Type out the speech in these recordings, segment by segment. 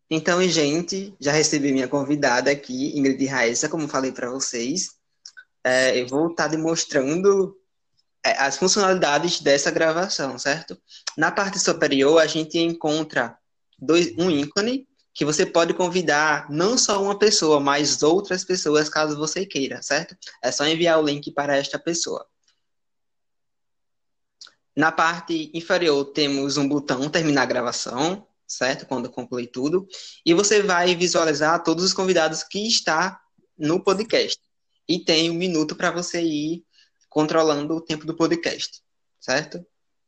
Então, gente, já recebi minha convidada aqui, Ingrid Raissa, como falei para vocês. Eu vou estar demonstrando as funcionalidades dessa gravação, certo? Na parte superior, a gente encontra um ícone que você pode convidar não só uma pessoa, mas outras pessoas, caso você queira, certo? É só enviar o link para esta pessoa. Na parte inferior, temos um botão terminar a gravação, certo? Quando concluir tudo. E você vai visualizar todos os convidados que está no podcast. E tem um minuto para você ir controlando o tempo do podcast, certo?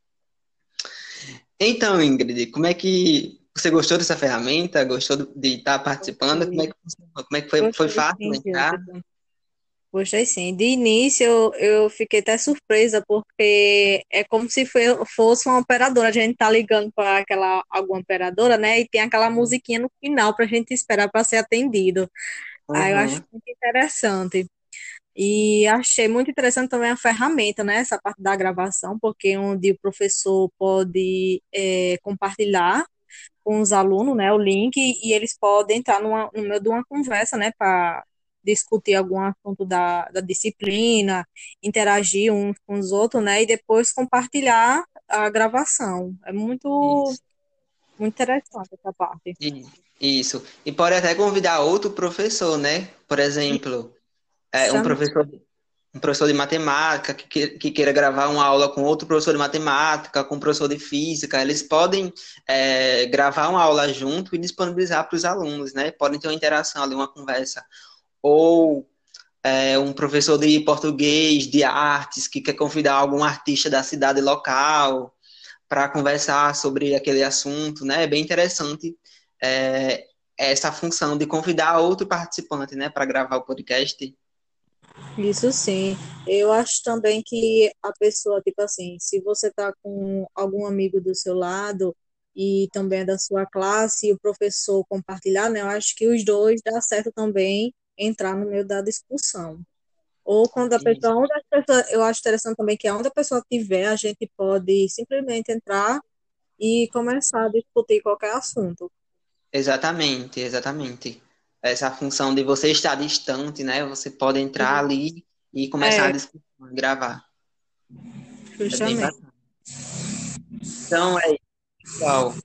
Então, Ingrid, como é que você gostou dessa ferramenta? Gostou de estar participando? Como é Gostei, que funcionou? Como é que foi? Foi gostei fácil sim, entrar? Jefferson. Gostei sim. De início, eu fiquei até surpresa, porque é como se fosse uma operadora. A gente tá ligando para aquela alguma operadora, né? E tem aquela musiquinha no final para a gente esperar para ser atendido. Aí eu acho Uhum. muito interessante. E achei muito interessante também a ferramenta, né? Essa parte da gravação, porque onde o professor pode compartilhar com os alunos, né, o link, e eles podem entrar no meio de uma conversa, né, para discutir algum assunto da disciplina, interagir uns com os outros, né, e depois compartilhar a gravação. É muito, Isso. muito interessante essa parte. Isso. E pode até convidar outro professor, né? Por exemplo, é, um Justamente. professor, um professor de matemática que queira gravar uma aula com outro professor de matemática, com um professor de física, eles podem gravar uma aula junto e disponibilizar para os alunos, né? Podem ter uma interação ali, uma conversa. Ou um professor de português, de artes, que quer convidar algum artista da cidade local para conversar sobre aquele assunto, né? É bem interessante é, essa função de convidar outro participante, né, para gravar o podcast. Isso sim. Eu acho também que a pessoa, tipo assim, se você tá com algum amigo do seu lado e também é da sua classe e o professor compartilhar, né? Eu acho que os dois dá certo também entrar no meio da discussão. Ou quando a pessoa, Isso. onde a pessoa, eu acho interessante também que onde a pessoa estiver, a gente pode simplesmente entrar e começar a discutir qualquer assunto. Exatamente, exatamente. Essa função de você estar distante, né? Você pode entrar E, ali e começar a é, discutir, gravar. É bem justamente. bacana. Então, é isso, pessoal.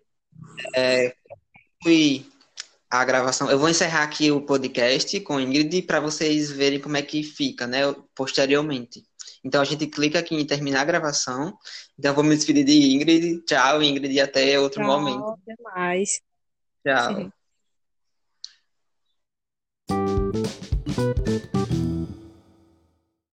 Fui a gravação. Eu vou encerrar aqui o podcast com Ingrid para vocês verem como é que fica, né? Posteriormente. Então a gente clica aqui em terminar a gravação. Então eu vou me despedir de Ingrid. Tchau, Ingrid, e até outro momento. Tchau, até mais. Tchau.